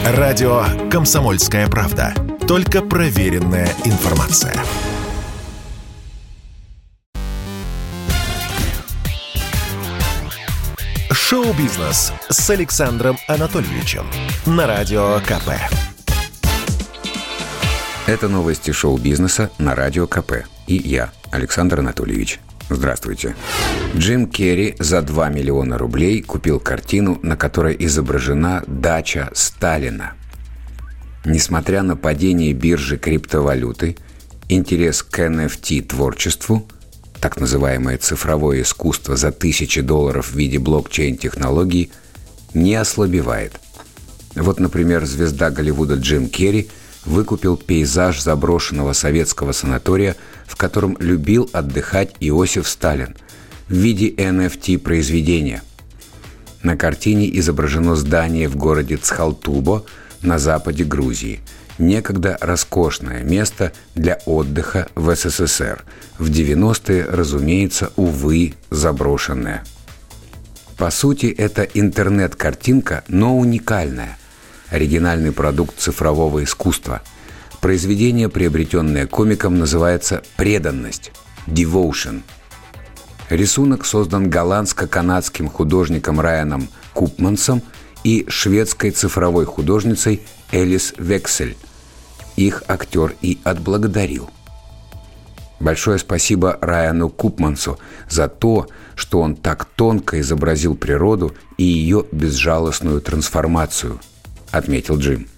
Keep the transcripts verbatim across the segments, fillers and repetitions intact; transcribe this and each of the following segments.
Радио «Комсомольская правда». Только проверенная информация. Шоу-бизнес с Александром Анатольевичем на Радио КП. Это новости шоу-бизнеса на Радио КП. И я, Александр Анатольевич. Здравствуйте. Джим Керри за два миллиона рублей купил картину, на которой изображена дача Сталина. Несмотря на падение биржи криптовалюты, интерес к эн эф ти-творчеству, так называемое цифровое искусство за тысячи долларов в виде блокчейн-технологий, не ослабевает. Вот, например, звезда Голливуда Джим Керри выкупил пейзаж заброшенного советского санатория, в котором любил отдыхать Иосиф Сталин, в виде эн эф ти-произведения. На картине изображено здание в городе Цхалтубо на западе Грузии, некогда роскошное место для отдыха в эс эс эс эр, в девяностые, разумеется, увы, заброшенное. По сути, это интернет-картинка, но уникальная. Оригинальный продукт цифрового искусства. Произведение, приобретенное комиком, называется «Преданность» – «Devotion». Рисунок создан голландско-канадским художником Райаном Купмансом и шведской цифровой художницей Элис Вексель. Их актер и отблагодарил. Большое спасибо Райану Купмансу за то, что он так тонко изобразил природу и ее безжалостную трансформацию, отметил Джим.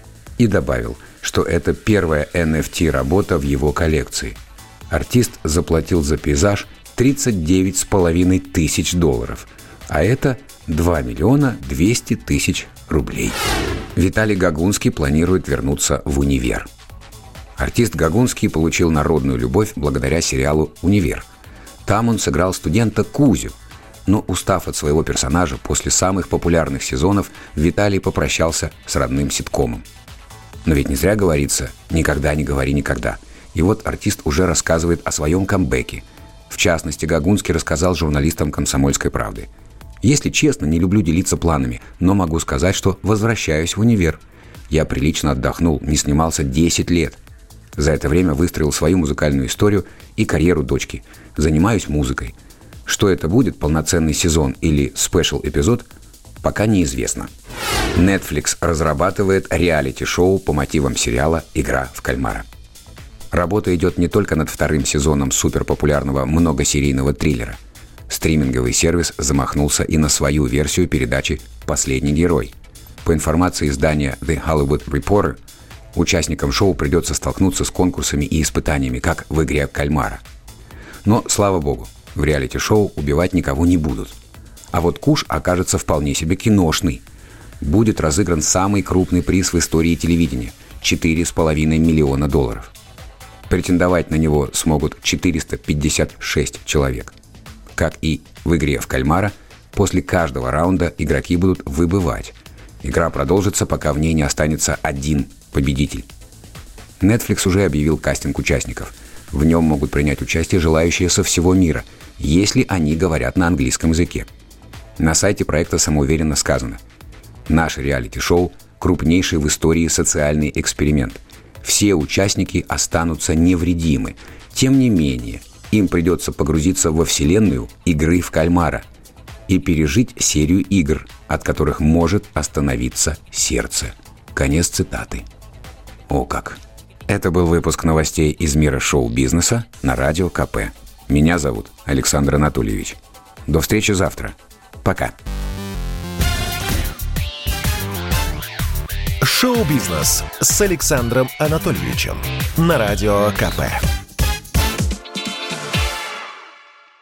И добавил, что это первая эн эф ти-работа в его коллекции. Артист заплатил за пейзаж тридцать девять с половиной тысяч долларов, а это два миллиона двести тысяч рублей. Виталий Гогунский планирует вернуться в «Универ». Артист Гогунский получил народную любовь благодаря сериалу «Универ». Там он сыграл студента Кузю. Но, устав от своего персонажа, после самых популярных сезонов Виталий попрощался с родным ситкомом. Но ведь не зря говорится «никогда не говори никогда». И вот артист уже рассказывает о своем камбэке. В частности, Гогунский рассказал журналистам «Комсомольской правды». «Если честно, не люблю делиться планами, но могу сказать, что возвращаюсь в «Универ». Я прилично отдохнул, не снимался десять лет. За это время выстроил свою музыкальную историю и карьеру дочки. Занимаюсь музыкой. Что это будет, полноценный сезон или спешл-эпизод, пока неизвестно». Netflix разрабатывает реалити-шоу по мотивам сериала «Игра в кальмара». Работа идет не только над вторым сезоном суперпопулярного многосерийного триллера. Стриминговый сервис замахнулся и на свою версию передачи «Последний герой». По информации издания The Hollywood Reporter, участникам шоу придется столкнуться с конкурсами и испытаниями, как в «Игре в кальмара». Но, слава богу, в реалити-шоу убивать никого не будут. А вот куш окажется вполне себе киношный. Будет разыгран самый крупный приз в истории телевидения – четыре с половиной миллиона долларов. Претендовать на него смогут четыреста пятьдесят шесть человек. Как и в «Игре в кальмара», после каждого раунда игроки будут выбывать. Игра продолжится, пока в ней не останется один победитель. Netflix уже объявил кастинг участников. В нем могут принять участие желающие со всего мира, если они говорят на английском языке. На сайте проекта самоуверенно сказано: «Наше реалити-шоу – крупнейший в истории социальный эксперимент. Все участники останутся невредимы. Тем не менее, им придется погрузиться во вселенную игры в кальмара и пережить серию игр, от которых может остановиться сердце». Конец цитаты. О как! Это был выпуск новостей из мира шоу-бизнеса на Радио КП. Меня зовут Александр Анатольевич. До встречи завтра. Пока. Шоу-бизнес с Александром Анатольевичем на Радио КП.